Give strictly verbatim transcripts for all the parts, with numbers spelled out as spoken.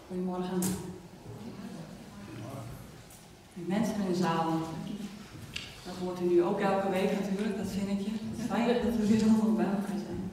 Goedemorgen. Die mensen in de zaal. Dat hoort u nu ook elke week natuurlijk, dat zinnetje. Het is fijn dat we weer allemaal bij elkaar zijn.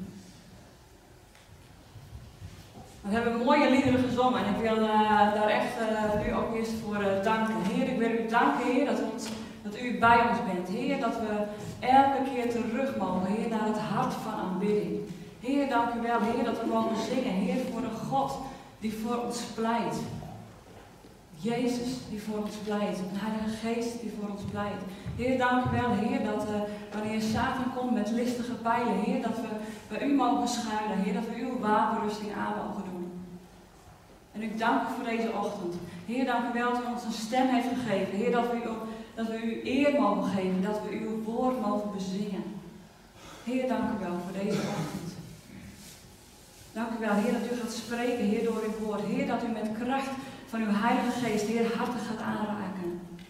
We hebben mooie liederen gezongen en ik wil uh, daar echt uh, u ook eerst voor uh, danken. Heer, ik wil u danken, Heer, dat, ons, dat u bij ons bent. Heer, dat we elke keer terug mogen, Heer, naar het hart van aanbidding. Heer, dank u wel, Heer, dat we mogen zingen, Heer, voor een God die voor ons pleit. Jezus die voor ons pleit. Een Heilige Geest die voor ons pleit. Heer, dank u wel, Heer, dat uh, wanneer Satan komt met listige pijlen, Heer, dat we bij u mogen schuilen, Heer, dat we uw wapenrusting aan mogen doen. En ik dank u voor deze ochtend. Heer, dank u wel dat u ons een stem heeft gegeven. Heer, dat we u, dat we u eer mogen geven, dat we uw woord mogen bezingen. Heer, dank u wel voor deze ochtend. Dank u wel, Heer, dat u gaat spreken, Heer, door uw woord. Heer, dat u met kracht van uw Heilige Geest, Heer, harten gaat aanraken.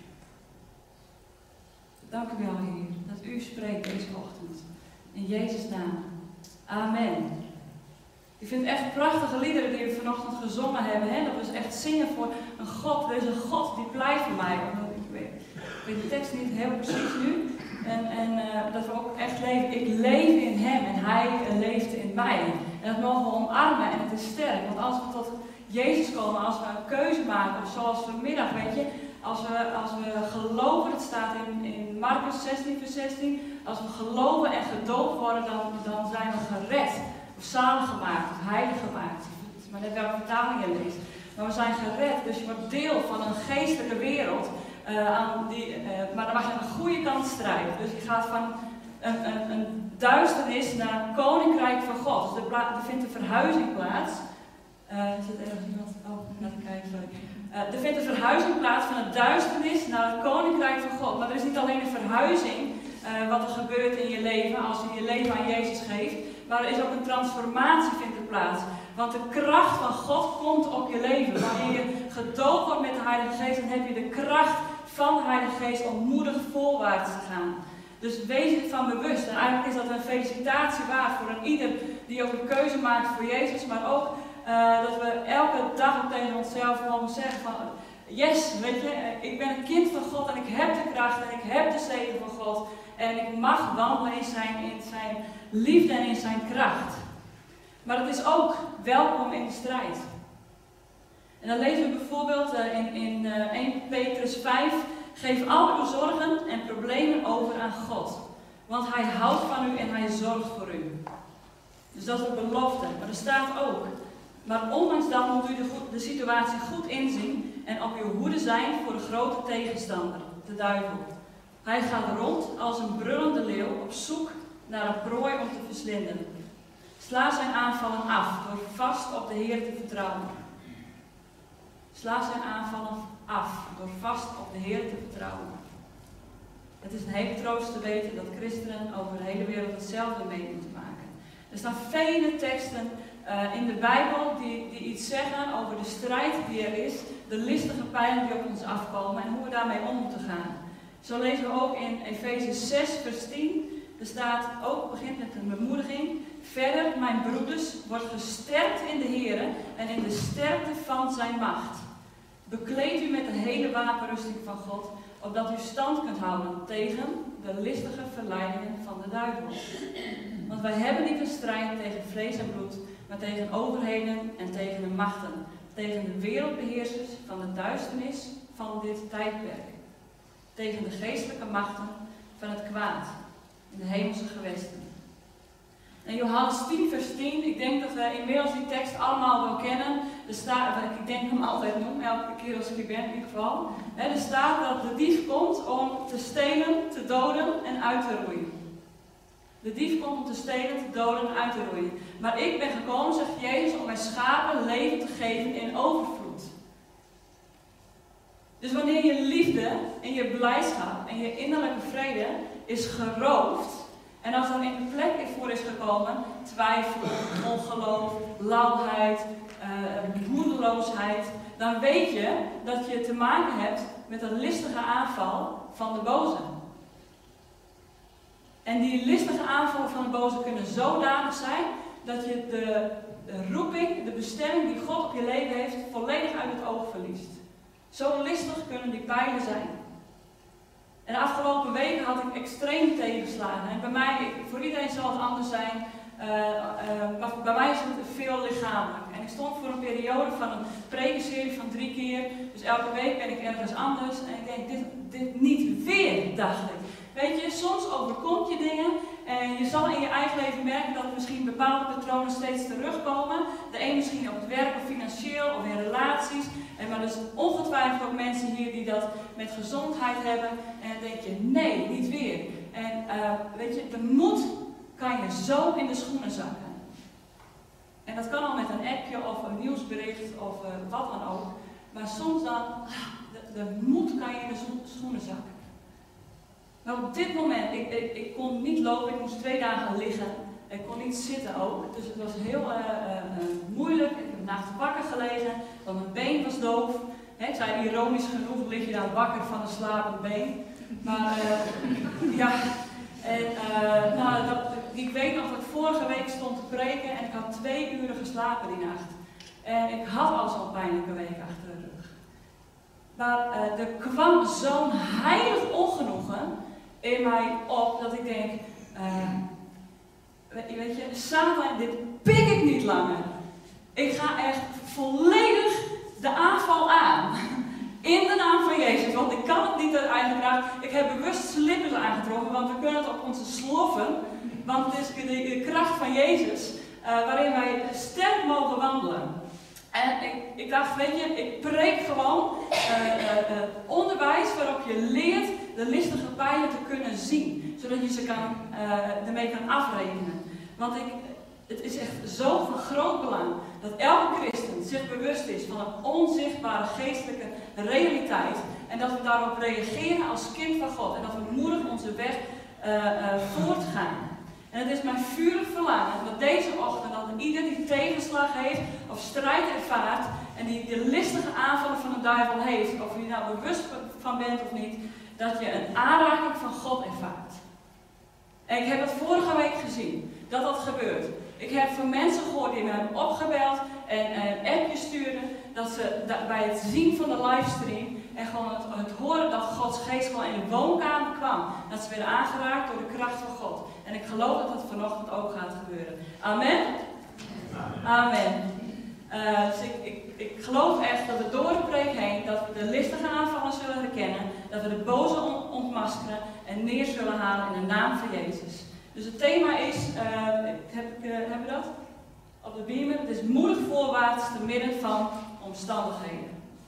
Dank u wel, Heer, dat u spreekt deze ochtend. In Jezus' naam. Amen. Ik vind het echt prachtige liederen die we vanochtend gezongen hebben. Hè? Dat we dus echt zingen voor een God. Er is een God die pleit voor mij. Ik weet, ik weet de tekst niet heel precies nu. En, en uh, dat we ook echt leven. Ik leef in hem en hij leeft in mij. En dat mogen we omarmen en het is sterk. Want als we tot Jezus komen, als we een keuze maken, of zoals vanmiddag, weet je, als we, als we geloven, het staat in, in Marcus zestien vers zestien, als we geloven en gedoopt worden, dan, dan zijn we gered, of zalig gemaakt, of heilig gemaakt. Het is maar net welke vertaling je leest. Maar we zijn gered, dus je wordt deel van een geestelijke wereld, uh, aan die, uh, maar dan mag je aan de goede kant strijden. Dus je gaat van een, een, een duisternis naar een koninkrijk van God. Dus er, er vindt een verhuizing plaats. Uh, is het ergens iemand? Oh, laat ik kijken, sorry. Uh, er vindt een verhuizing plaats van het duisternis naar het koninkrijk van God. Maar er is niet alleen een verhuizing, uh, wat er gebeurt in je leven als je je leven aan Jezus geeft. Maar er is ook een transformatie vindt er plaats. Want de kracht van God komt op je leven. Wanneer je gedoopt wordt met de Heilige Geest, dan heb je de kracht van de Heilige Geest om moedig voorwaarts te gaan. Dus wees je ervan bewust. En eigenlijk is dat een felicitatie waard voor een ieder die ook een keuze maakt voor Jezus, maar ook Uh, dat we elke dag ook tegen onszelf mogen zeggen van yes, weet je, ik ben een kind van God en ik heb de kracht en ik heb de zegen van God en ik mag wandelen in zijn, in zijn liefde en in zijn kracht. Maar het is ook welkom in de strijd. En dan lezen we bijvoorbeeld uh, in, in uh, eerste Petrus vijf, geef al uw zorgen en problemen over aan God, want hij houdt van u en hij zorgt voor u. Dus dat is een belofte, maar er staat ook: maar ondanks dat moet u de, goed, de situatie goed inzien en op uw hoede zijn voor de grote tegenstander, de duivel. Hij gaat rond als een brullende leeuw op zoek naar een prooi om te verslinden. Sla zijn aanvallen af door vast op de Heer te vertrouwen. Sla zijn aanvallen af door vast op de Heer te vertrouwen. Het is een hele troost te weten dat christenen over de hele wereld hetzelfde mee moeten maken. Er staan vele teksten Uh, in de Bijbel die, die iets zeggen over de strijd die er is, de listige pijlen die op ons afkomen en hoe we daarmee om moeten gaan. Zo lezen we ook in Efeze zes vers tien, er staat ook, begint met een bemoediging: verder, mijn broeders, wordt gesterkt in de Here en in de sterkte van zijn macht. Bekleed u met de hele wapenrusting van God, opdat u stand kunt houden tegen de listige verleidingen van de duivel. Want wij hebben niet een strijd tegen vlees en bloed, maar tegen overheden en tegen de machten, tegen de wereldbeheersers van de duisternis van dit tijdperk, tegen de geestelijke machten van het kwaad in de hemelse gewesten. En Johannes tien vers tien, ik denk dat we inmiddels die tekst allemaal wel kennen. Er staat, ik denk hem altijd noem, elke keer als ik er ben in ieder geval. Er staat dat de dief komt om te stelen, te doden en uit te roeien. De dief komt om te stelen, te doden en uit te roeien. Maar ik ben gekomen, zegt Jezus, om mijn schapen leven te geven in overvloed. Dus wanneer je liefde en je blijdschap en je innerlijke vrede is geroofd, en als er in de plek voor is gekomen twijfel, ongeloof, lauwheid, uh, moedeloosheid, dan weet je dat je te maken hebt met een listige aanval van de boze. En die listige aanvallen van de boze kunnen zodanig zijn dat je de de roeping, de bestemming die God op je leven heeft, volledig uit het oog verliest. Zo listig kunnen die pijlen zijn. En de afgelopen weken had ik extreem tegenslagen. En bij mij, voor iedereen zal het anders zijn, uh, uh, maar bij mij is het veel lichamelijk. En ik stond voor een periode van een prekenserie van drie keer. Dus elke week ben ik ergens anders. En ik denk, dit, dit niet weer, dacht ik. Weet je, soms overkomt je dingen en je zal in je eigen leven merken dat misschien bepaalde patronen steeds terugkomen. De een misschien op het werk of financieel of in relaties. En maar er zijn ongetwijfeld ook mensen hier die dat met gezondheid hebben. En dan denk je, nee, niet weer. En uh, weet je, de moed kan je zo in de schoenen zakken. En dat kan al met een appje of een nieuwsbericht of uh, wat dan ook. Maar soms dan, de, de moed kan je in de schoenen zakken. Maar op dit moment, ik, ik, ik kon niet lopen, ik moest twee dagen liggen. Ik kon niet zitten ook, dus het was heel uh, uh, moeilijk. Ik heb nachts wakker gelegen, want mijn been was doof. He, ik zei ironisch genoeg, lig je dan wakker van een slapend been. Maar uh, ja, en, uh, nou, dat, ik weet nog dat ik vorige week stond te preken en ik had twee uur geslapen die nacht. En ik had al zo'n pijnlijke week achter de rug. Maar uh, er kwam zo'n heilig ongenoegen in mij op dat ik denk, uh, weet, weet je, Satan, dit pik ik niet langer. Ik ga echt volledig de aanval aan. In de naam van Jezus, want ik kan het niet uit eigen kracht. Ik heb bewust slippers aangetrokken, want we kunnen het op onze sloffen. Want het is de, de kracht van Jezus, uh, waarin wij sterk mogen wandelen. En ik, ik dacht, weet je, ik preek gewoon uh, uh, uh, onderwijs waarop je leert de listige pijlen te kunnen zien. Zodat je ze kan, uh, ermee kan afrekenen. Want ik, het is echt zo van groot belang dat elke christen zich bewust is van een onzichtbare geestelijke realiteit. En dat we daarop reageren als kind van God. En dat we moedig onze weg uh, uh, voortgaan. En het is mijn vurig verlangen dat deze ochtend, dat ieder die tegenslag heeft of strijd ervaart en die de listige aanvallen van de duivel heeft, of je nou bewust van bent of niet, dat je een aanraking van God ervaart. En ik heb het vorige week gezien, dat dat gebeurt. Ik heb van mensen gehoord die me hebben opgebeld en een appje stuurden, dat ze dat bij het zien van de livestream en gewoon het, het horen dat Gods geest gewoon in de woonkamer kwam. Dat ze werden aangeraakt door de kracht van God. En ik geloof dat dat vanochtend ook gaat gebeuren. Amen? Amen. Amen. Uh, dus ik, ik, ik geloof echt dat we door de preek heen, dat we de listige aanvallen zullen herkennen, dat we de boze on ontmaskeren en neer zullen halen in de naam van Jezus. Dus het thema is, uh, heb ik, uh, hebben we dat? Op de beamer. Het is moedig voorwaarts te midden van omstandigheden.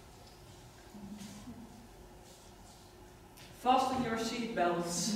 Fasten your seatbelts.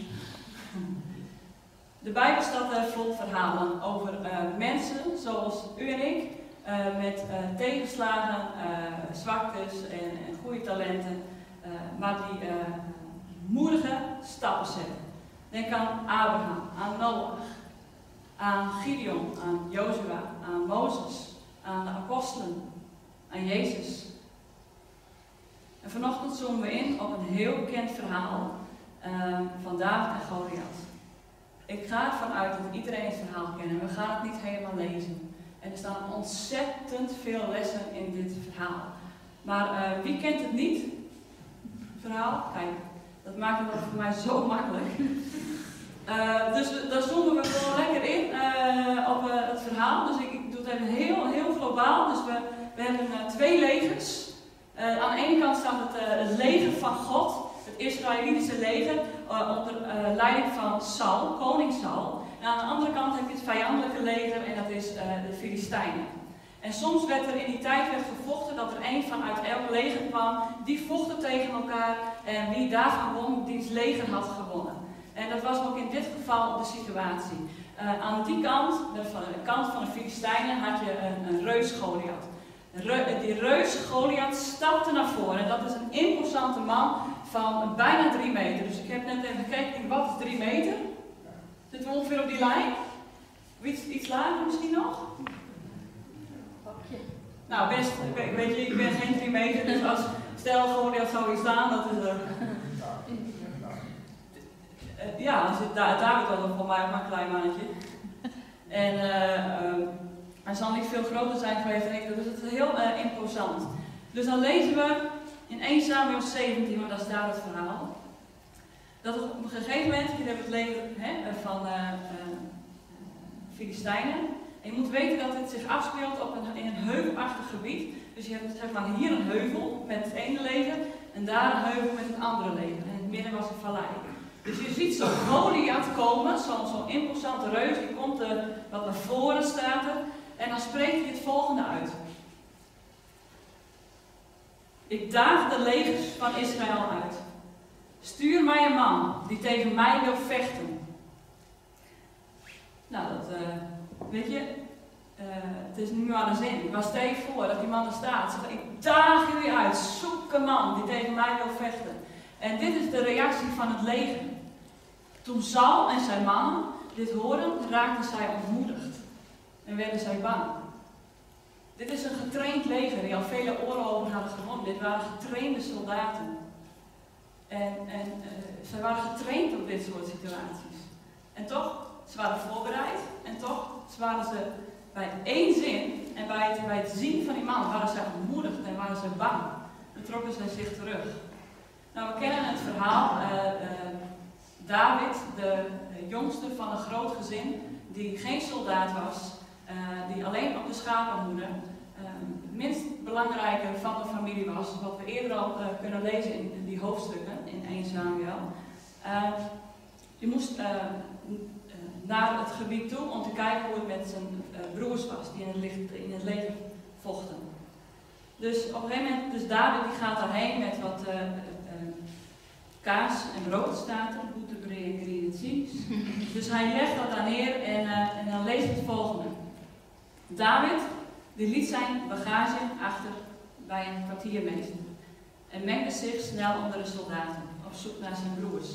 De Bijbel staat uh, vol verhalen over uh, mensen zoals u en ik, uh, met uh, tegenslagen, uh, zwaktes en, en goede talenten, uh, maar die uh, moedige stappen zetten. Denk aan Abraham, aan Noach, aan Gideon, aan Jozua, aan Mozes, aan de apostelen, aan Jezus. En vanochtend zoomen we in op een heel bekend verhaal uh, van David en Goliath. Ik ga ervan uit dat iedereen het verhaal kent en we gaan het niet helemaal lezen. En er staan ontzettend veel lessen in dit verhaal. Maar uh, wie kent het niet? Het verhaal? Kijk, dat maakt het voor mij zo makkelijk. Uh, dus daar zoomen we gewoon lekker in uh, op uh, het verhaal. Dus ik, ik doe het even heel, heel globaal. Dus we, we hebben uh, twee legers. Uh, aan de ene kant staat het, uh, het leger van God, het Israëlitische leger, uh, onder uh, leiding van Saul, koning Saul. En aan de andere kant heb je het vijandelijke leger en dat is uh, de Filistijnen. En soms werd er in die tijd werd gevochten dat er één vanuit elk leger kwam, die vochten tegen elkaar en wie daarvan won, diens leger had gewonnen. En dat was ook in dit geval de situatie. Uh, aan die kant, de, van de kant van de Filistijnen, had je een, een reus Goliath. Die reus Goliath stapte naar voren en dat is een imposante man van bijna drie meter. Dus ik heb net even gekeken, wat is drie meter? Zitten we ongeveer op die lijn? Iets, iets lager misschien nog? Nou, best, weet je, ik ben geen drie meter, dus als stel Goliath zou hier staan, dat is er. Uh, ja, dan zit David wel voor mij ook maar een klein mannetje. En uh, uh, Hij zal niet veel groter zijn geweest dan ik, dus het is heel uh, imposant. Dus dan lezen we in eerste Samuel zeventien, want daar staat het verhaal. Dat op een gegeven moment, hier hebben we het leger hè, van uh, uh, Filistijnen. En je moet weten dat dit zich afspeelt op een, in een heuvelachtig gebied. Dus je hebt zeg maar, hier een heuvel met het ene leger en daar een heuvel met het andere leger. En in het midden was een vallei. Dus je ziet zo'n Goliath komen, zo'n zo imposante reus, die komt uh, wat naar voren staat er. En dan spreekt hij het volgende uit. Ik daag de legers van Israël uit. Stuur mij een man die tegen mij wil vechten. Nou, dat, uh, weet je, uh, het is niet meer aan de zin. Maar stel je voor dat die man er staat. Zegt, ik daag jullie uit, zoek een man die tegen mij wil vechten. En dit is de reactie van het leger. Toen Saul en zijn mannen dit hoorden, raakten zij ontmoedigd. En werden zij bang. Dit is een getraind leger die al vele oorlogen hadden gewonnen. Dit waren getrainde soldaten. En, en uh, zij waren getraind op dit soort situaties. En toch, ze waren voorbereid. En toch waren ze bij één zin en bij het, bij het zien van die man waren zij ontmoedigd en waren ze bang. En trokken zij zich terug. Nou, we kennen het verhaal. Uh, uh, David, de uh, jongste van een groot gezin, die geen soldaat was. Uh, die alleen op de schapenhoede, uh, het minst belangrijke van de familie was, wat we eerder al uh, kunnen lezen in, in die hoofdstukken in eerste Samuel. Uh, die moest uh, uh, naar het gebied toe om te kijken hoe het met zijn uh, broers was, die in het, licht, in het leger vochten. Dus op een gegeven moment, dus David die gaat daarheen met wat uh, uh, kaas en brood staat er, goede ingrediënties. Dus hij legt dat daar neer en, uh, en dan leest het volgende. David die liet zijn bagage achter bij een kwartiermeester en mengde zich snel onder de soldaten op zoek naar zijn broers.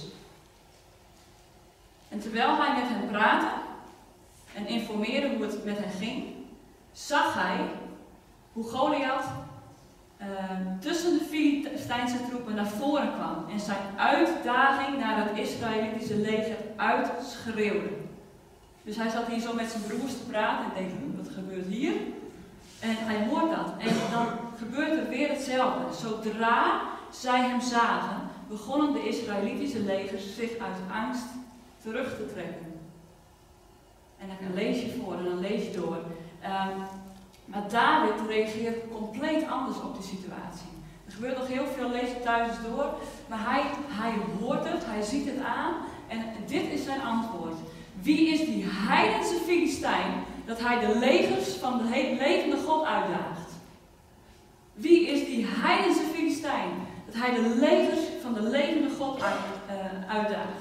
En terwijl hij met hen praatte en informeerde hoe het met hen ging, zag hij hoe Goliath uh, tussen de Filistijnse troepen naar voren kwam en zijn uitdaging naar het Israëlitische leger uitschreeuwde. Dus hij zat hier zo met zijn broers te praten en denkt, wat gebeurt hier? En hij hoort dat. En dan gebeurt er weer hetzelfde. Zodra zij hem zagen, begonnen de Israëlitische legers zich uit angst terug te trekken. En dan lees je voor en dan lees je door. Um, maar David reageert compleet anders op die situatie. Er gebeurt nog heel veel, lees je thuis door. Maar hij, hij hoort het, hij ziet het aan. En dit is zijn antwoord. Wie is die heidense Filistijn dat hij de legers van de levende God uitdaagt? Wie is die heidense Filistijn dat hij de legers van de levende God uit, uh, uitdaagt?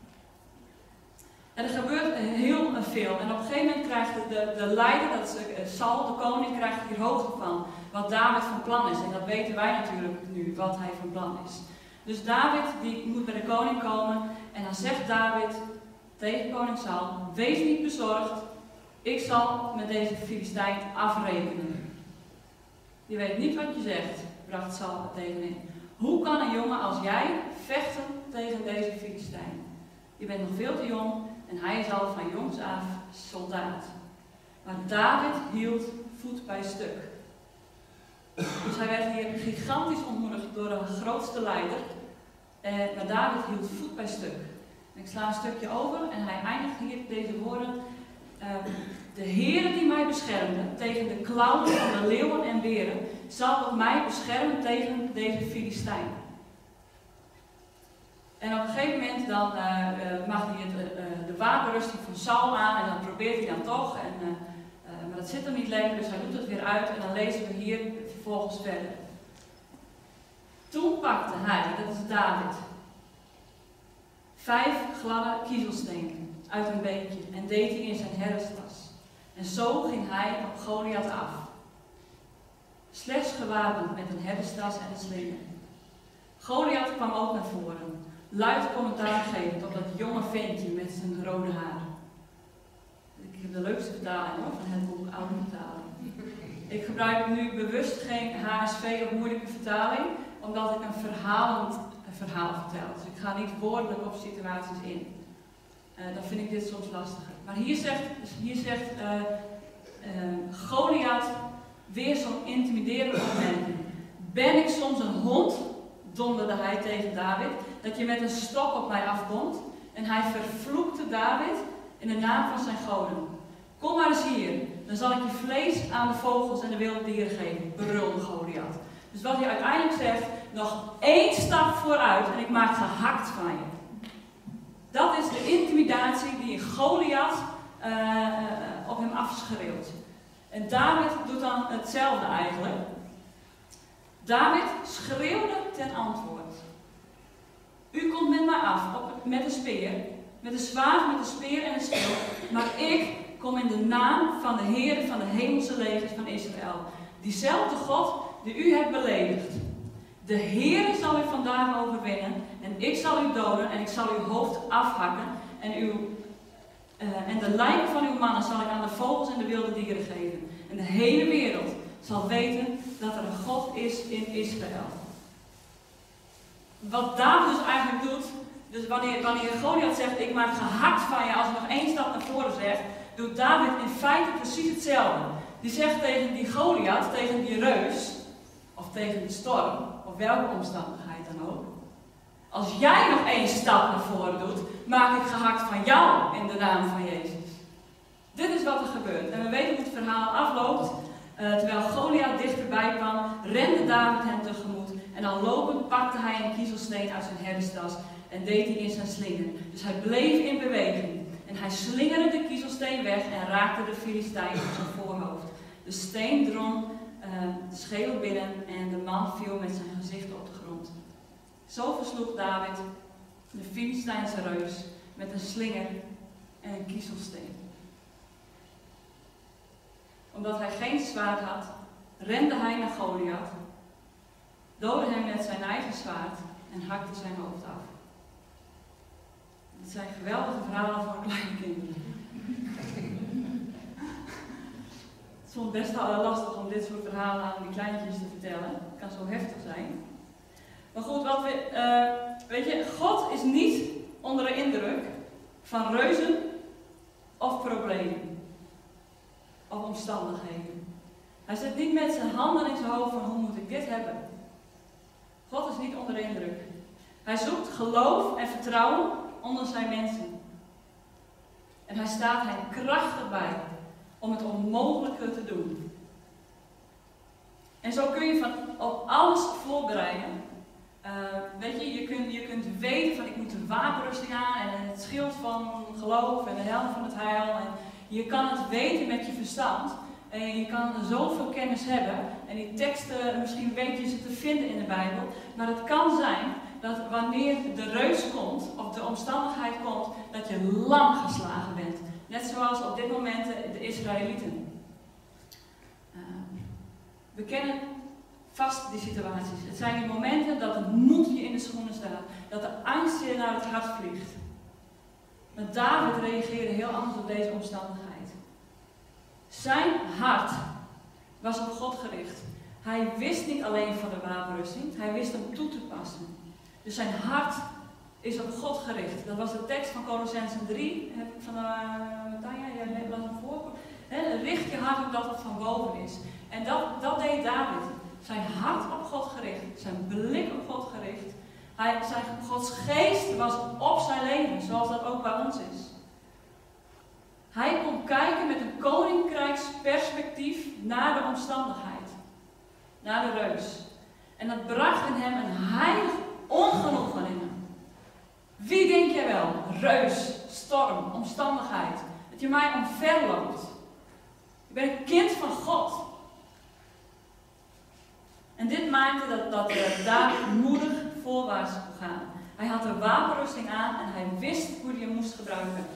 En er gebeurt heel veel. En op een gegeven moment krijgt de, de, de leider, dat is uh, Saul, de koning, krijgt hier hoogte van wat David van plan is. En dat weten wij natuurlijk nu, wat hij van plan is. Dus David die moet bij de koning komen en dan zegt David tegen koning Saul, wees niet bezorgd, ik zal met deze Filistijn afrekenen. Je weet niet wat je zegt, bracht Saul tegenin. Hoe kan een jongen als jij vechten tegen deze Filistijn? Je bent nog veel te jong en hij is al van jongs af soldaat. Maar David hield voet bij stuk. Dus hij werd hier gigantisch ontmoedigd door de grootste leider. Eh, maar David hield voet bij stuk. Ik sla een stukje over en hij eindigt hier deze woorden. Uh, de Heere die mij beschermde tegen de klauwen van de leeuwen en beren, zal ook mij beschermen tegen deze Filistijn. En op een gegeven moment dan uh, uh, mag hij het, uh, de wapenrusting van Saul aan en dan probeert hij dan toch. En, uh, uh, maar dat zit hem niet lekker, dus hij doet het weer uit en dan lezen we hier vervolgens verder. Toen pakte hij, dat is David, vijf gladde kiezelstenen uit een beekje en deed die in zijn herderstas. En zo ging hij op Goliath af. Slechts gewapend met een herderstas en een slinger. Goliath kwam ook naar voren, luid commentaar gevend op dat jonge ventje met zijn rode haar. Ik heb de leukste vertaling hoor, van het boek Oude Vertaling. Ik gebruik nu bewust geen H S V of moeilijke vertaling, omdat ik een verhalend verhaal vertel. Dus ik ga niet woordelijk op situaties in. Uh, dan vind ik dit soms lastiger. Maar hier zegt, hier zegt uh, uh, Goliath weer zo'n intimiderende opmerking. Ben ik soms een hond, donderde hij tegen David, dat je met een stok op mij afkomt? En hij vervloekte David in de naam van zijn goden. Kom maar eens hier, dan zal ik je vlees aan de vogels en de wilde dieren geven, brulde Goliath. Dus wat hij uiteindelijk zegt, nog één stap vooruit en ik maak gehakt van je. Dat is de intimidatie die Goliath uh, uh, op hem afschreeuwt. En David doet dan hetzelfde eigenlijk. David schreeuwde ten antwoord. U komt met mij af, op, met een speer, met een zwaard, met een speer en een schild, maar ik kom in de naam van de Heer van de hemelse legers van Israël. Diezelfde God die u hebt beledigd. De Heer zal u vandaag overwinnen en ik zal u doden en ik zal uw hoofd afhakken en, uw, uh, en de lijken van uw mannen zal ik aan de vogels en de wilde dieren geven. En de hele wereld zal weten dat er een God is in Israël. Wat David dus eigenlijk doet, dus wanneer, wanneer Goliath zegt, ik maak gehakt van je, als hij nog één stap naar voren zegt, doet David in feite precies hetzelfde. Die zegt tegen die Goliath, tegen die reus, of tegen de storm, of welke omstandigheid dan ook. Als jij nog één stap naar voren doet, maak ik gehakt van jou in de naam van Jezus. Dit is wat er gebeurt. En we weten hoe het verhaal afloopt. Uh, terwijl Goliath dichterbij kwam, rende David hem tegemoet. En al lopend pakte hij een kiezelsteen uit zijn herderstas en deed die in zijn slinger. Dus hij bleef in beweging. En hij slingerde de kiezelsteen weg en raakte de Filistijn op zijn voorhoofd. De steen drong uh, de schedel binnen en de man viel met zijn gezicht op de grond. Zo versloeg David de Filistijnse reus met een slinger en een kiezelsteen. Omdat hij geen zwaard had, rende hij naar Goliath, doodde hem met zijn eigen zwaard en hakte zijn hoofd af. Het zijn geweldige verhalen voor kleine kinderen. Het is soms best wel lastig om dit soort verhalen aan die kleintjes te vertellen. Het kan zo heftig zijn. Maar goed, wat we, uh, weet je, God is niet onder de indruk van reuzen of problemen. Of omstandigheden. Hij zit niet met zijn handen in zijn hoofd van hoe moet ik dit hebben. God is niet onder de indruk. Hij zoekt geloof en vertrouwen onder zijn mensen. En hij staat hen krachtig bij om het onmogelijke te doen. En zo kun je van op alles voorbereiden. Uh, weet je, je kunt, je kunt weten van ik moet de wapenrusting aan en het schild van geloof en de helm van het heil. En je kan het weten met je verstand. En je kan zoveel kennis hebben. En die teksten, misschien weet je ze te vinden in de Bijbel. Maar het kan zijn dat wanneer de reus komt, of de omstandigheid komt, dat je lam geslagen bent. Net zoals op dit moment de Israëlieten. Uh, we kennen vast die situaties. Het zijn die momenten dat het moed je in de schoenen staat. Dat de angst je naar het hart vliegt. Maar David reageerde heel anders op deze omstandigheid. Zijn hart was op God gericht. Hij wist niet alleen van de wapenrusting, hij wist hem toe te passen. Dus zijn hart is op God gericht. Dat was de tekst van Colossenzen drie, van uh, Tanja, jij las hem voor. He, richt je hart op dat wat van boven is. En dat, dat deed David. Zijn hart op God gericht, zijn blik op God gericht. Hij, zijn, Gods geest was op zijn leven, zoals dat ook bij ons is. Hij kon kijken met een koninkrijksperspectief naar de omstandigheid. Naar de reus. En dat bracht in hem een heilig ongenoegen in hem. Wie denk jij wel? Reus, storm, omstandigheid. Dat je mij omverloopt. Ik ben een kind van God. En dit maakte dat, dat uh, David moedig voorwaarts kon gaan. Hij had de wapenrusting aan en hij wist hoe hij hem moest gebruiken.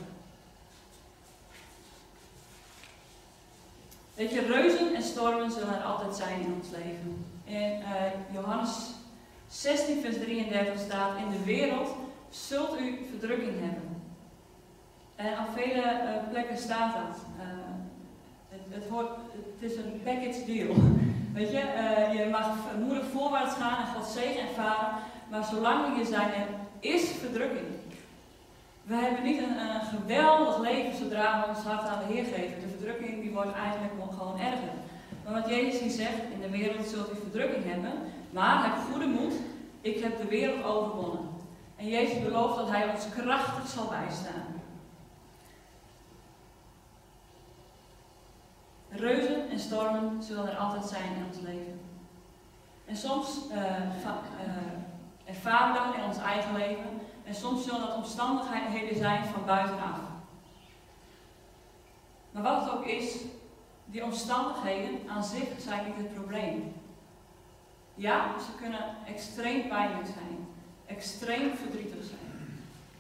Weet je, reuzen en stormen zullen er altijd zijn in ons leven. In uh, Johannes zestien vers drieëndertig staat, in de wereld zult u verdrukking hebben. En op vele uh, plekken staat dat. Uh, het, het, hoort, het is een package deal. Weet je, uh, je mag moedig voorwaarts gaan en Gods zegen ervaren, maar zolang we hier zijn, er is verdrukking. We hebben niet een, een geweldig leven zodra we ons hart aan de Heer geven. De verdrukking die wordt eigenlijk gewoon erger. Maar wat Jezus hier zegt, in de wereld zult u verdrukking hebben, maar heb goede moed, ik heb de wereld overwonnen. En Jezus belooft dat Hij ons krachtig zal bijstaan. Reuzen en stormen zullen er altijd zijn in ons leven. En soms uh, va, uh, ervaren we dat in ons eigen leven. En soms zullen dat omstandigheden zijn van buitenaf. Maar wat het ook is, die omstandigheden aan zich zijn niet het probleem. Ja, ze kunnen extreem pijnlijk zijn. Extreem verdrietig zijn.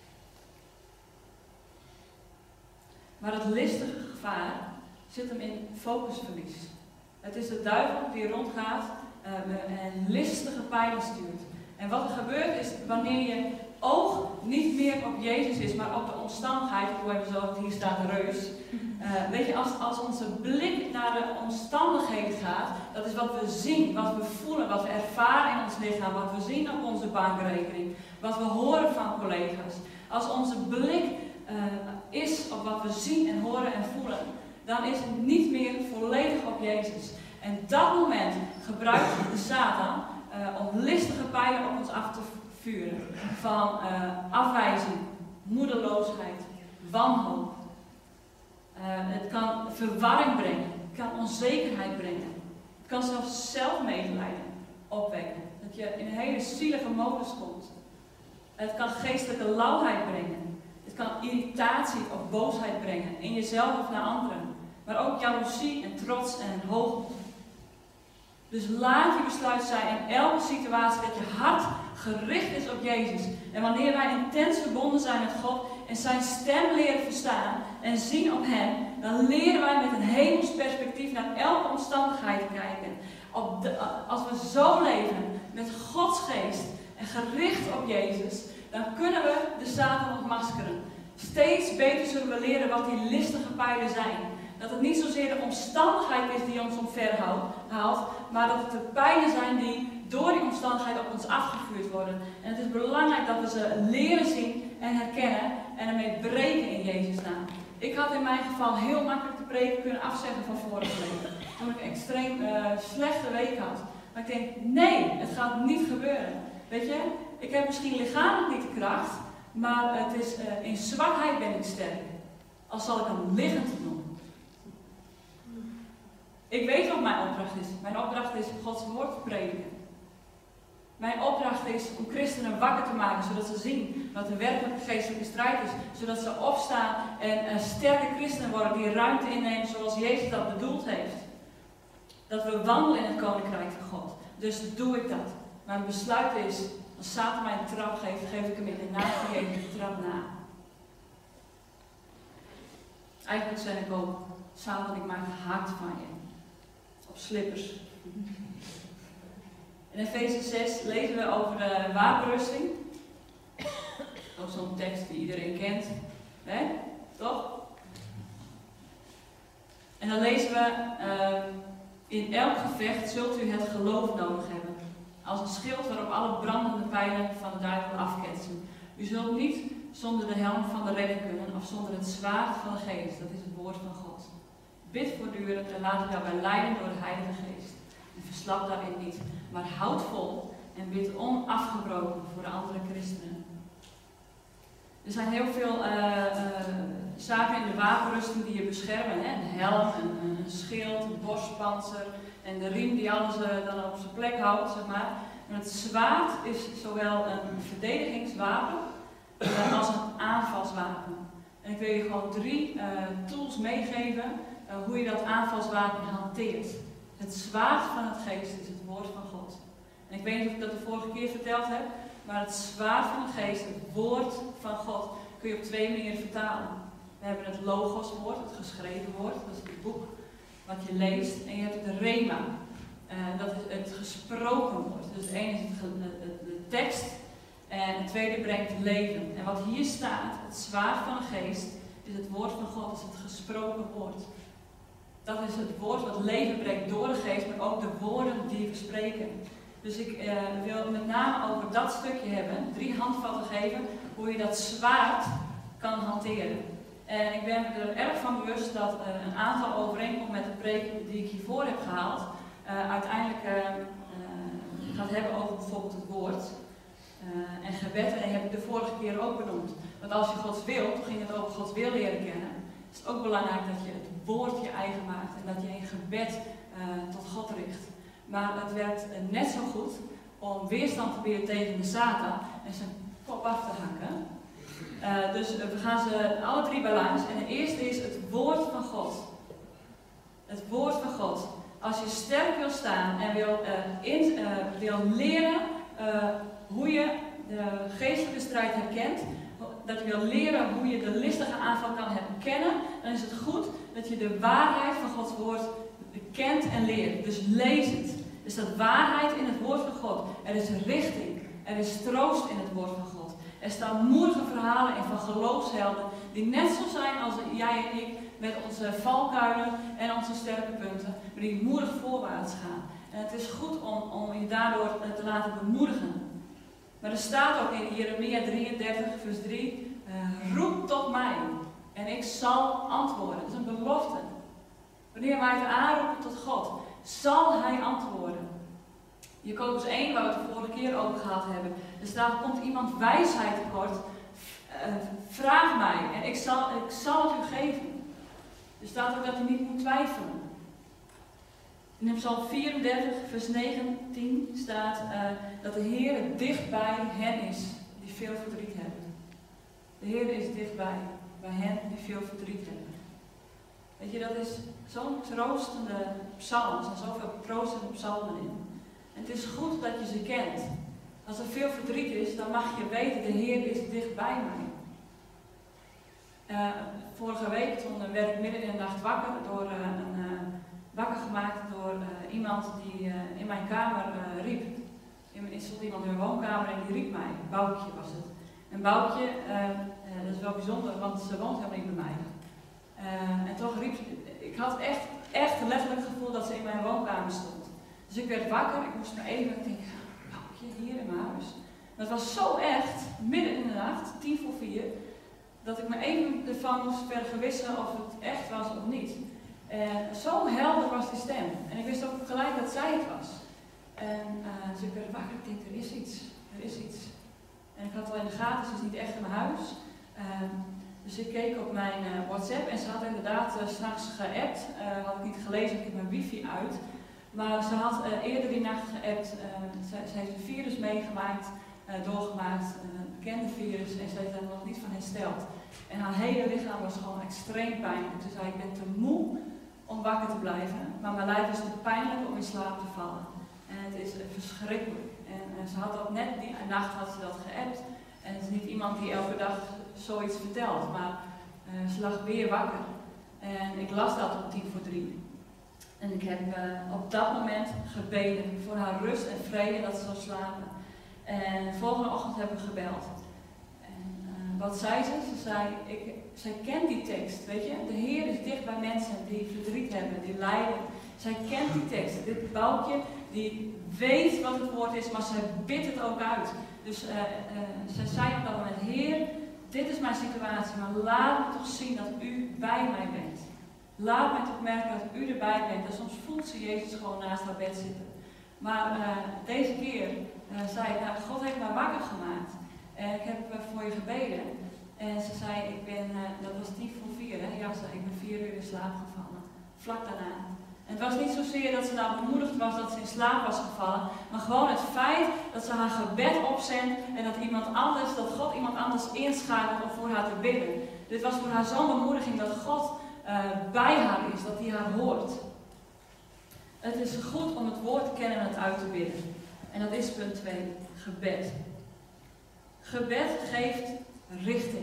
Maar het listige gevaar zit hem in focusverlies. Het is de duivel die rondgaat uh, en listige pijlen stuurt. En wat er gebeurt is, wanneer je oog niet meer op Jezus is, maar op de omstandigheid, hoe hebben we zo, hier staat de reus. Uh, weet je, als, als onze blik naar de omstandigheden gaat, dat is wat we zien, wat we voelen, wat we ervaren in ons lichaam, wat we zien op onze bankrekening, wat we horen van collega's. Als onze blik uh, is op wat we zien en horen en voelen, dan is het niet meer volledig op Jezus. En dat moment gebruikt de Satan uh, om listige pijlen op ons af te vuren. Van uh, afwijzing, moedeloosheid, wanhoop. Uh, het kan verwarring brengen, het kan onzekerheid brengen. Het kan zelfs zelfmedelijden opwekken. Dat je in een hele zielige modus komt. Het kan geestelijke lauwheid brengen. Het kan irritatie of boosheid brengen, in jezelf of naar anderen. Maar ook jaloezie en trots en hoogmoed. Dus laat je besluit zijn in elke situatie dat je hart gericht is op Jezus. En wanneer wij intens verbonden zijn met God en zijn stem leren verstaan en zien op Hem, dan leren wij met een hemels perspectief naar elke omstandigheid te kijken. Op de, als we zo leven met Gods geest en gericht op Jezus, dan kunnen we de Satan ontmaskeren. Steeds beter zullen we leren wat die listige pijlen zijn. Dat het niet zozeer de omstandigheid is die ons omverhaalt, maar dat het de pijlen zijn die door die omstandigheid op ons afgevuurd worden. En het is belangrijk dat we ze leren zien en herkennen en ermee breken in Jezus' naam. Ik had in mijn geval heel makkelijk de preek kunnen afzeggen van vorige week. Toen ik een extreem uh, slechte week had. Maar ik denk, nee, het gaat niet gebeuren. Weet je, ik heb misschien lichamelijk niet de kracht, maar het is, uh, in zwakheid ben ik sterk. Al zal ik hem liggend doen. Ik weet wat mijn opdracht is. Mijn opdracht is Gods woord te prediken. Mijn opdracht is om christenen wakker te maken, zodat ze zien wat de werkelijke geestelijke strijd is. Zodat ze opstaan en uh, sterke christenen worden die ruimte innemen zoals Jezus dat bedoeld heeft. Dat we wandelen in het koninkrijk van God. Dus doe ik dat. Mijn besluit is, als Satan mij een trap geeft, geef ik hem in de naam van Jezus de trap na. Eigenlijk zeg ik ook, Satan, ik maak een haakt van je. Op slippers. In Efeze zes lezen we over de wapenrusting. Ook zo'n tekst die iedereen kent. Hè? Toch? En dan lezen we, uh, in elk gevecht zult u het geloof nodig hebben. Als een schild waarop alle brandende pijlen van de duivel afketsen. U zult niet zonder de helm van de redding kunnen of zonder het zwaard van de geest. Dat is het woord van God. Bid voortdurend en laat u daarbij leiden door de Heilige Geest. En verslap daarin niet, maar houd vol en bid onafgebroken voor de andere christenen. Er zijn heel veel uh, uh, zaken in de wapenrusting die je beschermen. Hè? Een helm, een, een schild, een borstpanzer en de riem die alles uh, dan op zijn plek houdt, zeg maar. En het zwaard is zowel een verdedigingswapen uh, als een aanvalswapen. En ik wil je gewoon drie uh, tools meegeven uh, hoe je dat aanvalswapen hanteert. Het zwaard van het geest is het woord van God. En ik weet niet of ik dat de vorige keer verteld heb, maar het zwaard van de geest, het woord van God, kun je op twee manieren vertalen. We hebben het logoswoord, het geschreven woord, dat is het boek wat je leest. En je hebt het rema, uh, dat is het gesproken woord. Dus het ene is het, de, de tekst en het tweede brengt leven. En wat hier staat, het zwaard van de geest, is het woord van God, is het gesproken woord. Dat is het woord wat leven brengt door de geest, maar ook de woorden die we spreken. Dus ik uh, wil met name over dat stukje hebben, drie handvatten geven, hoe je dat zwaard kan hanteren. En ik ben er erg van bewust dat uh, een aantal overeenkomt met de preek die ik hiervoor heb gehaald, uh, uiteindelijk uh, uh, gaat hebben over bijvoorbeeld het woord uh, en gebed. En die heb ik de vorige keer ook benoemd. Want als je Gods wil, toen ging het over Gods wil leren kennen, is het ook belangrijk dat je het woord je eigen maakt en dat je een gebed uh, tot God richt. Maar het werkt uh, net zo goed om weerstand te bieden tegen de Satan en zijn kop af te hakken. Uh, dus uh, we gaan ze alle drie bij langs. En de eerste is het woord van God. Het woord van God. Als je sterk wil staan en wil, uh, in, uh, wil leren uh, hoe je de geestelijke strijd herkent, dat je wil leren hoe je de listige aanval kan herkennen, dan is het goed dat je de waarheid van Gods woord kent en leert. Dus lees het. Er staat waarheid in het woord van God. Er is richting. Er is troost in het woord van God. Er staan moedige verhalen in van geloofshelden die net zo zijn als jij en ik met onze valkuilen en onze sterke punten, maar die moedig voorwaarts gaan. En het is goed om, om je daardoor te laten bemoedigen. Maar er staat ook in Jeremia drieëndertig vers drie, uh, roep tot mij en ik zal antwoorden. Dat is een belofte. Wanneer wij het aanroepen tot God, zal hij antwoorden. Jacobus één, waar we het de vorige keer over gehad hebben. Er staat, komt iemand wijsheid tekort, uh, vraag mij en ik zal, ik zal het u geven. Er staat ook dat u niet moet twijfelen. In Psalm vierendertig vers negentien staat uh, dat de Heer dichtbij hen is die veel verdriet hebben. De Heer is dichtbij, bij hen die veel verdriet hebben. Weet je, dat is zo'n troostende psalm. Er zijn zoveel troostende psalmen in. En het is goed dat je ze kent. Als er veel verdriet is, dan mag je weten, de Heer is dichtbij mij. Uh, vorige week toen werd ik midden in de nacht wakker, door, uh, een, uh, wakker gemaakt door uh, iemand die uh, in mijn kamer uh, riep. Er stond iemand in mijn woonkamer en die riep mij. Boukje was het. En Boukje, uh, uh, dat is wel bijzonder, want ze woont helemaal niet bij mij. Uh, en toch riep ze, ik had echt, echt letterlijk het gevoel dat ze in mijn woonkamer stond. Dus ik werd wakker, ik moest maar even denken, Boukje, hier in mijn huis. Maar het was zo echt, midden in de nacht, tien voor vier, dat ik me even ervan moest vergewissen of het echt was of niet. En zo helder was die stem. En ik wist ook gelijk dat zij het was. En uh, dus ik werd wakker, ik denk, er is iets, er is iets. En ik had al in de gaten, ze is niet echt in mijn huis. Uh, dus ik keek op mijn uh, WhatsApp en ze had inderdaad uh, 's nachts geappt. Uh, had ik niet gelezen, ik heb mijn wifi uit. Maar ze had uh, eerder die nacht geappt. Uh, ze, ze heeft een virus meegemaakt, uh, doorgemaakt, uh, een bekende virus. En ze heeft er nog niet van hersteld. En haar hele lichaam was gewoon extreem pijnlijk. Toen zei ik, ik ben te moe om wakker te blijven. Maar mijn lijf is te pijnlijk om in slaap te vallen. En het is uh, verschrikkelijk. En uh, ze had ook net die nacht had ze dat geappt. En het is niet iemand die elke dag zoiets vertelt. Maar uh, ze lag weer wakker. En ik las dat om tien voor drie. En ik heb uh, op dat moment gebeden voor haar rust en vrede dat ze zou slapen. En de volgende ochtend hebben we gebeld. En uh, wat zei ze? Ze zei, ik, zij kent die tekst, weet je. De Heer is dicht bij mensen die verdriet hebben, die lijden. Zij kent die tekst. Dit Boukje, die weet wat het woord is, maar zij bidt het ook uit. Dus uh, uh, zij zei op dat moment, Heer, dit is mijn situatie, maar laat me toch zien dat u bij mij bent. Laat mij toch merken dat u erbij bent. En soms voelt ze Jezus gewoon naast haar bed zitten. Maar uh, deze keer uh, zei ik, nou, God heeft mij wakker gemaakt. En ik heb uh, voor je gebeden. En ze zei, ik ben, uh, dat was tien voor vier, hè? Ja, ze, ik ben vier uur in slaap gevallen. Vlak daarna. En het was niet zozeer dat ze nou bemoedigd was dat ze in slaap was gevallen. Maar gewoon het feit dat ze haar gebed opzendt. En dat iemand anders, dat God iemand anders inschakelt om voor haar te bidden. Dit was voor haar zo'n bemoediging dat God Uh, bij haar is, dat hij haar hoort. Het is goed om het woord te kennen en het uit te bidden. En dat is punt twee, gebed. Gebed geeft richting.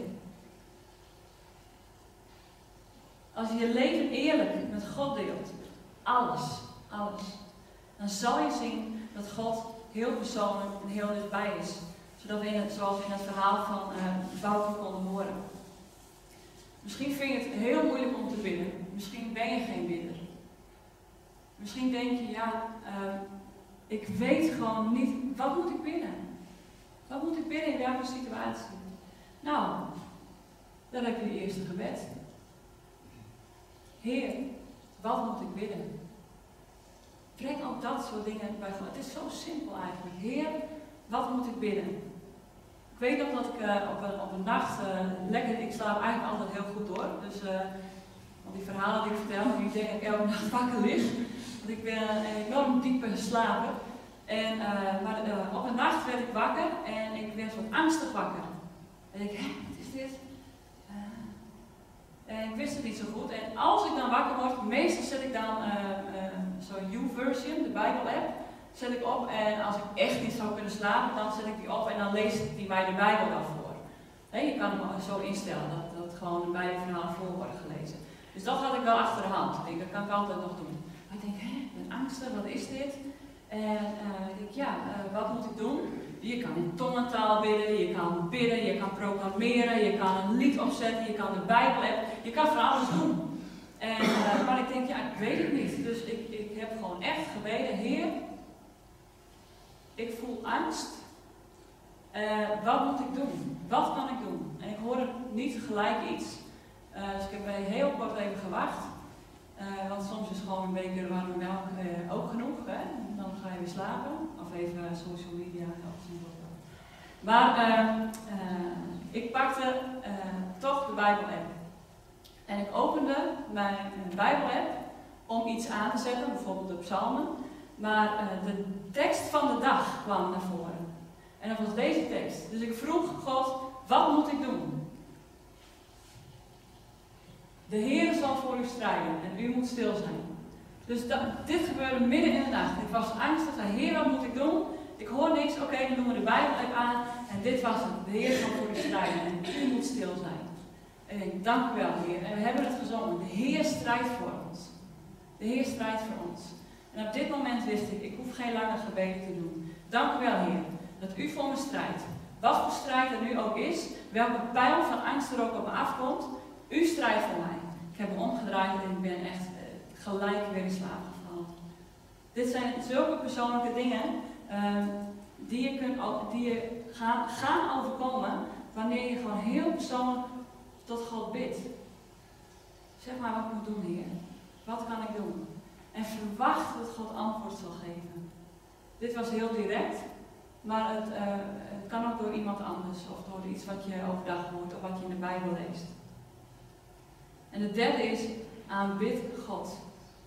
Als je je leven eerlijk met God deelt, alles, alles, dan zal je zien dat God heel persoonlijk en heel dichtbij is. Zodat we in het, zoals we in het verhaal van uh, Boukje konden horen. Misschien vind je het heel moeilijk om te bidden. Misschien ben je geen bidder. Misschien denk je, ja, uh, ik weet gewoon niet, wat moet ik bidden? Wat moet ik bidden in welke situatie? Nou, Dan heb je de eerste gebed. Heer, wat moet ik bidden? Breng ook dat soort dingen bij God. Het is zo simpel eigenlijk. Heer, wat moet ik bidden? Ik weet nog dat ik uh, op, een, op een nacht uh, lekker, ik slaap eigenlijk altijd heel goed door. Dus uh, al die verhalen die ik vertel, nu denk ik elke nacht wakker lig. Want ik ben uh, enorm diep geslapen. En, uh, maar uh, op een nacht werd ik wakker en ik werd wat angstig wakker. En ik, hé, wat is dit? Uh, en ik wist het niet zo goed. En als ik dan wakker word, meestal zet ik dan uh, uh, zo'n YouVersion, de Bijbel-app, zet ik op. En als ik echt niet zou kunnen slapen, dan zet ik die op en dan leest die mij de Bijbel dan voor. He, je kan hem zo instellen dat, dat gewoon een Bijbelverhaal voor wordt gelezen. Dus dat had ik wel achter de hand. Ik denk, dat kan ik altijd nog doen. Maar ik denk, hé, ik ben angstig, wat is dit? En uh, ik denk, ja, uh, wat moet ik doen? Je kan in tongentaal bidden, je kan bidden, je kan proclameren, je kan een lied opzetten, je kan de Bijbel hebben, je kan van alles doen. En, uh, maar ik denk, ja, ik weet het niet. Dus ik, ik heb gewoon echt gebeden, Heer, ik voel angst. Uh, wat moet ik doen? Wat kan ik doen? En ik hoorde niet gelijk iets. Uh, dus ik heb heel kort even gewacht. Uh, want soms is gewoon een beker warme melk uh, ook genoeg. Hè? Dan ga je weer slapen. Of even uh, social media. Maar uh, uh, ik pakte uh, toch de Bijbel-app. En ik opende mijn uh, Bijbel-app om iets aan te zetten. Bijvoorbeeld de psalmen. Maar uh, de tekst van de dag kwam naar voren. En dat was deze tekst. Dus ik vroeg God, wat moet ik doen? De Heer zal voor u strijden en u moet stil zijn. Dus dat, dit gebeurde midden in de nacht. Ik was angstig, zei, Heer, wat moet ik doen? Ik hoor niks, oké, okay, dan doen we de Bijbel even aan. En dit was het. De Heer zal voor u strijden en u moet stil zijn. En ik denk, dank u wel, Heer. En we hebben het gezongen. De Heer strijdt voor ons. De Heer strijdt voor ons. En op dit moment wist ik, ik hoef geen lange gebeden te doen. Dank u wel, Heer, dat u voor me strijdt. Wat voor strijd er nu ook is, welke pijl van angst er ook op me afkomt, u strijdt voor mij. Ik heb me omgedraaid en ik ben echt uh, gelijk weer in slaap gevallen. Dit zijn zulke persoonlijke dingen uh, die je, kunt, die je gaan, gaan overkomen wanneer je gewoon heel persoonlijk tot God bidt. Zeg maar wat ik moet doen, Heer. Wat kan ik doen? En verwacht dat God antwoord zal geven. Dit was heel direct, maar het, uh, het kan ook door iemand anders of door iets wat je overdag hoort of wat je in de Bijbel leest. En het derde is, aanbid God.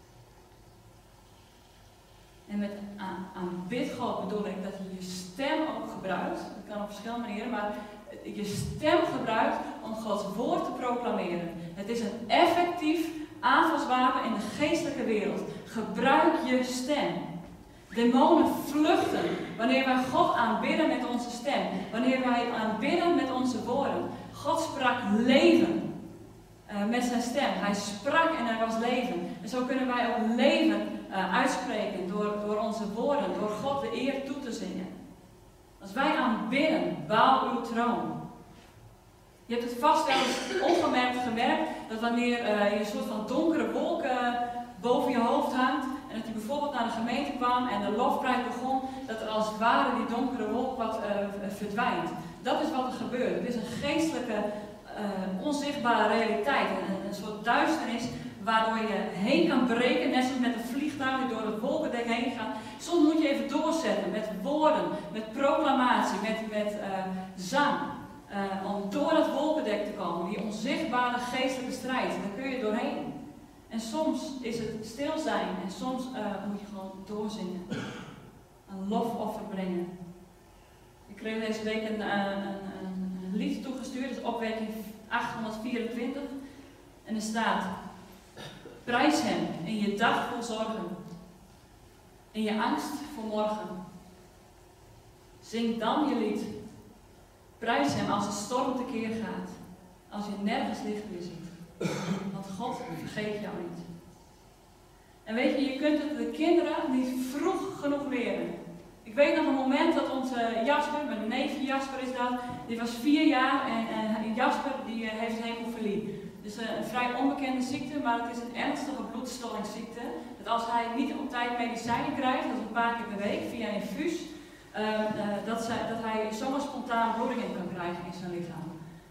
En met aan, aanbid God bedoel ik dat je je stem ook gebruikt. Dat kan op verschillende manieren, maar je stem gebruikt om Gods woord te proclameren. Het is een effectief aanvalswapen in de geestelijke wereld. Gebruik je stem. Demonen vluchten wanneer wij God aanbidden met onze stem. Wanneer wij aanbidden met onze woorden. God sprak leven. Uh, met zijn stem. Hij sprak en er was leven. En zo kunnen wij ook leven uh, uitspreken door, door onze woorden, door God de eer toe te zingen. Als wij aanbidden, bouw uw troon. Je hebt het vast wel eens ongemerkt gemerkt dat wanneer uh, je een soort van donkere wolk uh, boven je hoofd hangt en dat je bijvoorbeeld naar de gemeente kwam en de lofprijs begon, dat er als het ware die donkere wolk wat uh, verdwijnt. Dat is wat er gebeurt. Het is een geestelijke Uh, onzichtbare realiteit, een, een soort duisternis waardoor je heen kan breken, net zoals met een vliegtuig die door het wolkendek heen gaat. Soms moet je even doorzetten met woorden, met proclamatie, met, met uh, zang, uh, om door het wolkendek te komen, die onzichtbare geestelijke strijd, daar kun je doorheen. En soms is het stil zijn en soms uh, moet je gewoon doorzingen, een lofoffer brengen. Ik kreeg deze week een, een, een een lied toegestuurd, dat is opwekking achthonderdvierentwintig. En er staat, prijs hem in je dag vol zorgen, in je angst voor morgen. Zing dan je lied. Prijs hem als de storm tekeer gaat, als je nergens licht meer ziet. Want God vergeet jou niet. En weet je, je kunt het de kinderen niet vroeg genoeg leren. Ik weet nog een moment dat onze Jasper, mijn neefje Jasper is dat, die was vier jaar en, en Jasper die heeft hemofilie. Dus uh, een vrij onbekende ziekte, maar het is een ernstige bloedstollingsziekte. Dat als hij niet op tijd medicijnen krijgt, dat is een paar keer per week via een infuus, uh, uh, dat, zij, dat hij zomaar spontaan bloeding in kan krijgen in zijn lichaam.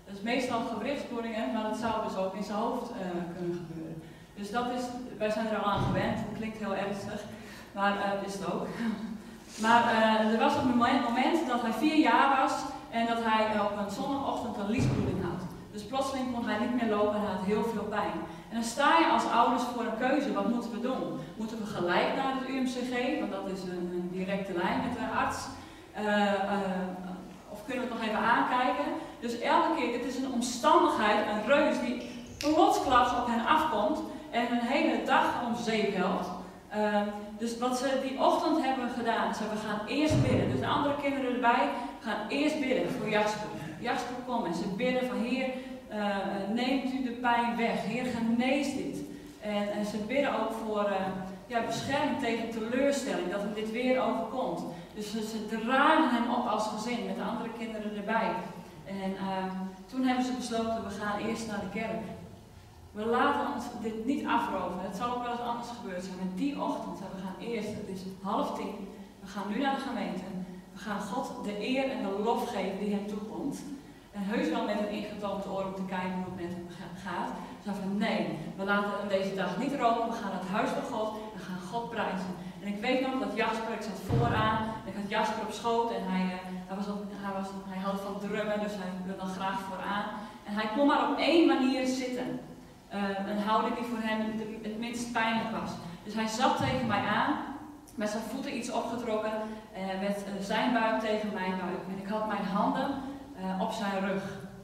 Dat is meestal gewrichtsbloedingen, maar dat zou dus ook in zijn hoofd uh, kunnen gebeuren. Dus dat is, wij zijn er al aan gewend, dat klinkt heel ernstig, maar uh, dat is het ook. Maar uh, er was op een moment dat hij vier jaar was en dat hij op een zondagochtend een liesbloeding had. Dus plotseling kon hij niet meer lopen en hij had heel veel pijn. En dan sta je als ouders voor een keuze, wat moeten we doen? Moeten we gelijk naar het U M C G, want dat is een, een directe lijn met de arts, uh, uh, of kunnen we het nog even aankijken? Dus elke keer, dit is een omstandigheid, een reus die plotsklaps op hen afkomt en een hele dag om zeep helpt. Uh, dus wat ze die ochtend hebben gedaan, ze we gaan eerst bidden. Dus de andere kinderen erbij gaan eerst bidden voor Jasper. Jasper komt en ze bidden van Heer, uh, neemt u de pijn weg. Heer, genees dit. En, en ze bidden ook voor uh, ja, bescherming tegen teleurstelling, dat hem dit weer overkomt. Dus ze, ze dragen hem op als gezin, met de andere kinderen erbij. En uh, toen hebben ze besloten, we gaan eerst naar de kerk. We laten ons dit niet afroven. Het zal ook wel eens anders gebeurd zijn. Maar die ochtend, we gaan eerst, het is half tien. We gaan nu naar de gemeente. We gaan God de eer en de lof geven die hem toekomt. En heus wel met een ingetoomd oor om te kijken hoe het met hem gaat. Zo van nee, we laten deze dag niet roken. We gaan naar het huis van God en gaan God prijzen. En ik weet nog dat Jasper, ik zat vooraan. En ik had Jasper op schoot en hij, hij, was op, hij, was, hij houdt van drummen, dus hij wil dan graag vooraan. En hij kon maar op één manier zitten. Uh, een houding die voor hem het minst pijnlijk was. Dus hij zat tegen mij aan, met zijn voeten iets opgetrokken, uh, met uh, zijn buik tegen mijn buik. En ik had mijn handen uh, op zijn rug.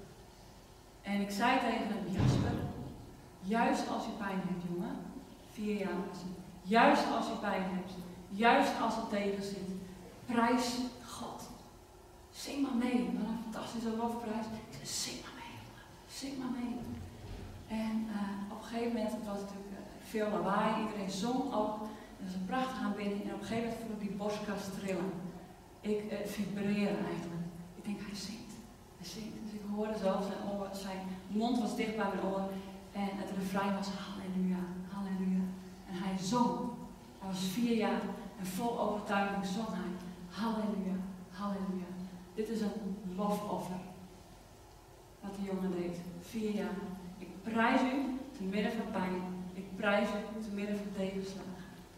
En ik zei tegen hem, Jasper, juist als je pijn hebt, jongen, vier jaar was hij, juist als je pijn hebt, juist als het tegen zit, prijs God. Zing maar mee, wat een fantastische lofprijs. Ik zei, zing maar mee, jongen, zing maar mee. En uh, op een gegeven moment, het was natuurlijk uh, veel lawaai, iedereen zong ook. Het was een prachtige aanbidding en op een gegeven moment voelde ik die borstkas trillen. Ik uh, vibreerde eigenlijk. Ik denk, hij zingt, hij zingt. Dus ik hoorde zelf zijn oor, zijn mond was dicht bij mijn oor en het refrein was halleluja, halleluja. En hij zong. Hij was vier jaar en vol overtuiging zong hij halleluja, halleluja. Dit is een lofoffer. Wat de jongen deed, vier jaar. Ik prijs u te midden van pijn. Ik prijs u te midden van tegenslagen.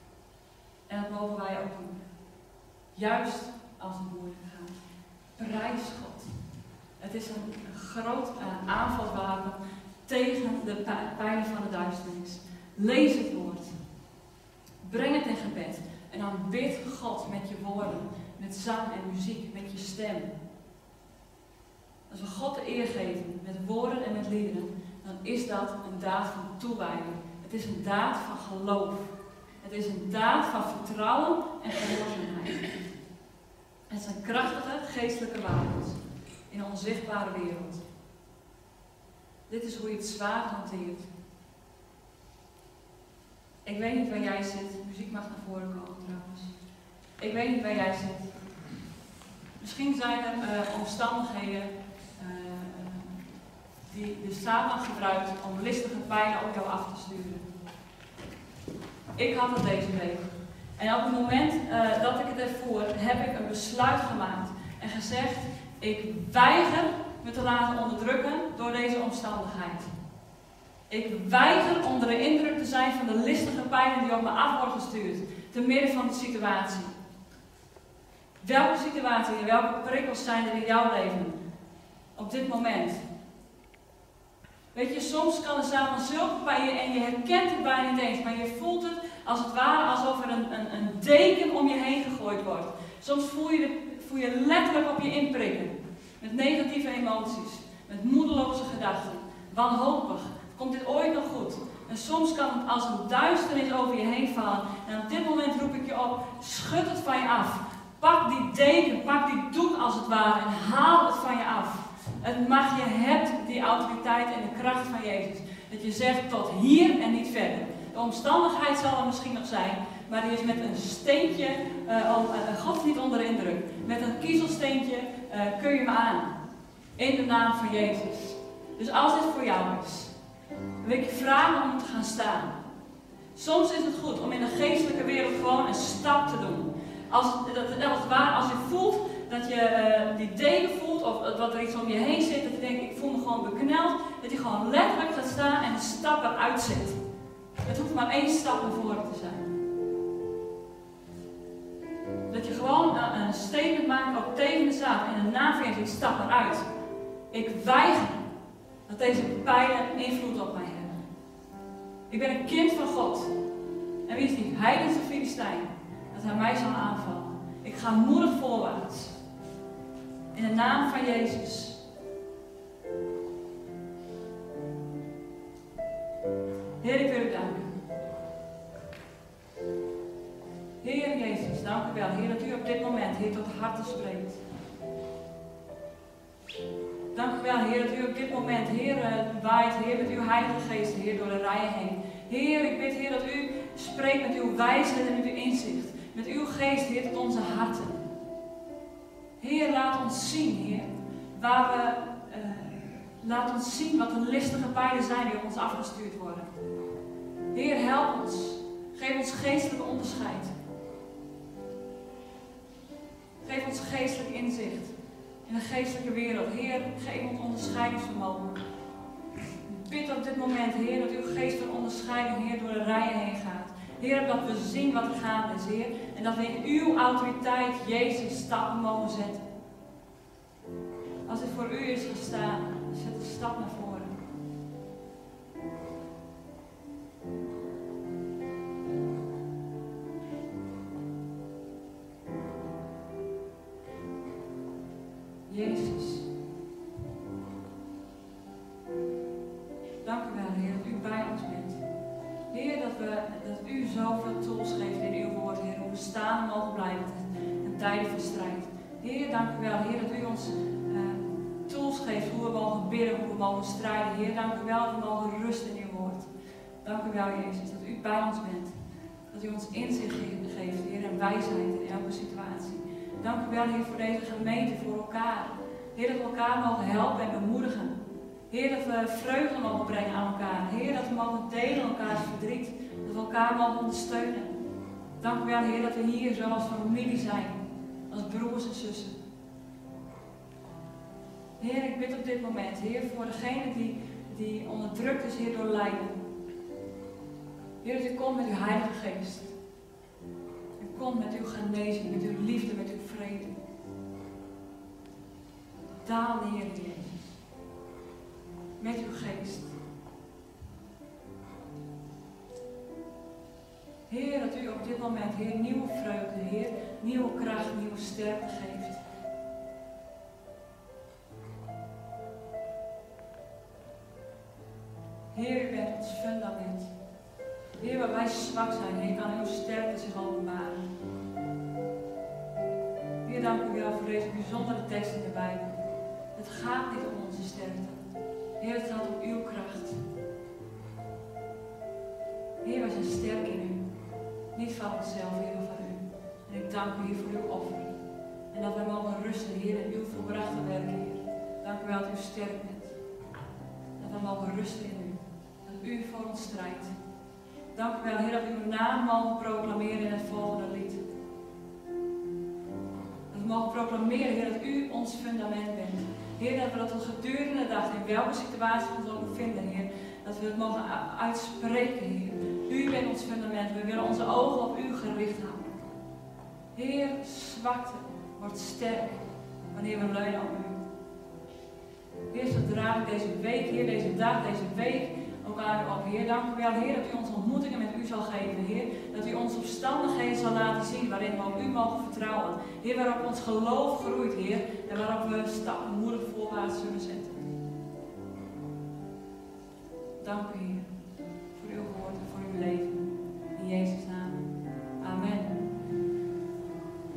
En dat mogen wij ook doen. Juist als het moeilijk gaat. Prijs God. Het is een groot uh, aanvalwapen tegen de pijlen van de duisternis. Lees het woord. Breng het in gebed. En dan bid God met je woorden. Met zang en muziek. Met je stem. Als we God de eer geven met woorden en met liederen, dan is dat een daad van toewijding. Het is een daad van geloof. Het is een daad van vertrouwen en gehoorzaamheid. Het zijn krachtige geestelijke wapens in een onzichtbare wereld. Dit is hoe je het zwaard hanteert. Ik weet niet waar jij zit. Muziek mag naar voren komen trouwens. Ik weet niet waar jij zit. Misschien zijn er uh, omstandigheden uh, die de Satan gebruikt om listige pijnen op jou af te sturen. Ik had het deze week. En op het moment uh, dat ik het ervoer, heb ik een besluit gemaakt en gezegd, ik weiger me te laten onderdrukken door deze omstandigheid. Ik weiger onder de indruk te zijn van de listige pijnen die op me af worden gestuurd, te midden van de situatie. Welke situatie en welke prikkels zijn er in jouw leven op dit moment? Weet je, soms kan er samen zulke pijn en je herkent het bijna niet eens, maar je voelt het als het ware alsof er een, een, een deken om je heen gegooid wordt. Soms voel je, de, voel je letterlijk op je inprikken, met negatieve emoties, met moedeloze gedachten, wanhopig. Komt dit ooit nog goed? En soms kan het als een duisternis over je heen vallen. En op dit moment roep ik je op, schud het van je af. Pak die deken, pak die doek als het ware en haal het van je af. Het mag, je hebt die autoriteit en de kracht van Jezus. Dat je zegt tot hier en niet verder. De omstandigheid zal er misschien nog zijn, maar die is met een steentje, uh, uh, God is niet onder de indruk. Met een kiezelsteentje uh, kun je me aan. In de naam van Jezus. Dus als dit voor jou is, wil ik je vragen om te gaan staan. Soms is het goed om in de geestelijke wereld gewoon een stap te doen. Als, dat, dat, waar, als je voelt dat je uh, die deken voelt of dat er iets om je heen zit, dat je denkt, ik voel me gewoon bekneld, dat je gewoon letterlijk gaat staan en een stap eruit zet. Het hoeft maar één stap naar voren te zijn. Dat je gewoon een, een statement maakt, ook tegen de zaak, en de naam van Jezus, ik stap eruit. Ik weiger dat deze pijlen invloed op mij hebben. Ik ben een kind van God. En wie is die heidense Filistijn? Dat hij mij zal aanvallen. Ik ga moedig voorwaarts. In de naam van Jezus. Heer, ik wil u danken. Heer Jezus, dank u wel. Heer, dat u op dit moment, Heer, tot harten spreekt. Dank u wel, Heer, dat u op dit moment, Heer, waait, Heer, met uw Heilige Geest, Heer, door de rijen heen. Heer, ik bid, Heer, dat u spreekt met uw wijsheid en met uw inzicht. Met uw geest, Heer, tot onze harten. Heer, laat ons zien, Heer, waar we, uh, laat ons zien wat de listige pijlen zijn die op ons afgestuurd worden. Heer, help ons. Geef ons geestelijk onderscheid. Geef ons geestelijk inzicht in de geestelijke wereld. Heer, geef ons onderscheidingsvermogen. Ik bid op dit moment, Heer, dat uw geest van onderscheiding, Heer, door de rijen heen gaat. Heer, dat we zien wat er gaande is, Heer. En dat we in uw autoriteit, Jezus, stappen mogen zetten. Als het voor u is gestaan, zet een stap naar voren. Jezus. Dank u wel, Heer, dat u bij ons bent. Heer, dat, we, dat u zoveel tools geeft in uw woord, Heer, hoe we staan mogen blijven in tijden van strijd. Heer, dank u wel, Heer, dat u ons uh, tools geeft hoe we mogen bidden, hoe we mogen strijden. Heer, dank u wel dat we mogen rusten in uw woord. Dank u wel, Jezus, dat u bij ons bent. Dat u ons inzicht geeft, Heer, en wijsheid in elke situatie. Dank u wel, Heer, voor deze gemeente, voor elkaar. Heer, dat we elkaar mogen helpen en bemoedigen. Heer, dat we vreugde mogen brengen aan elkaar. Heer, dat we mogen delen elkaars verdriet. Dat we elkaar mogen ondersteunen. Dank u wel, Heer, dat we hier zo als familie zijn. Als broers en zussen. Heer, ik bid op dit moment, Heer, voor degene die, die onderdrukt is, Heer, door lijden. Heer, dat u komt met uw Heilige Geest. U komt met uw genezing, met uw liefde, met uw vrede. Daal neer, Heer. Met uw geest. Heer, dat u op dit moment, Heer, nieuwe vreugde, Heer, nieuwe kracht, nieuwe sterkte geeft. Heer, u bent ons fundament. Heer, waar wij zwak zijn, Heer, kan uw sterkte zich openbaren. Heer, dank u wel voor deze bijzondere tekst in de Bijbel. Het gaat niet om onze sterkte. Heer, het gaat om uw kracht. Heer, wij zijn sterk in u. Niet van onszelf, Heer, maar van u. En ik dank u, Heer, voor uw offer. En dat wij mogen rusten, Heer, in uw volbrachte werk, Heer. Dank u wel dat u sterk bent. Dat we mogen rusten in u. Dat u voor ons strijdt. Dank u wel, Heer, dat we uw naam mogen proclameren in het volgende lied. Dat we mogen proclameren, Heer, dat u ons fundament bent. Heer, dat we dat gedurende de dag, in welke situatie we ons ook bevinden, Heer, dat we het mogen uitspreken, Heer. U bent ons fundament. We willen onze ogen op u gericht houden. Heer, zwakte wordt sterk wanneer we leunen op u. Heer, zo draag ik deze week, Heer, deze dag, deze week ook aan u op. Heer, dank u wel, Heer, dat u ons ontmoetingen met u zal geven, Heer. Dat u ons omstandigheden zal laten zien waarin we op u mogen vertrouwen. Heer, waarop ons geloof groeit, Heer. En waarop we stappen moedig voorwaarts zullen zetten. Dank u, Heer.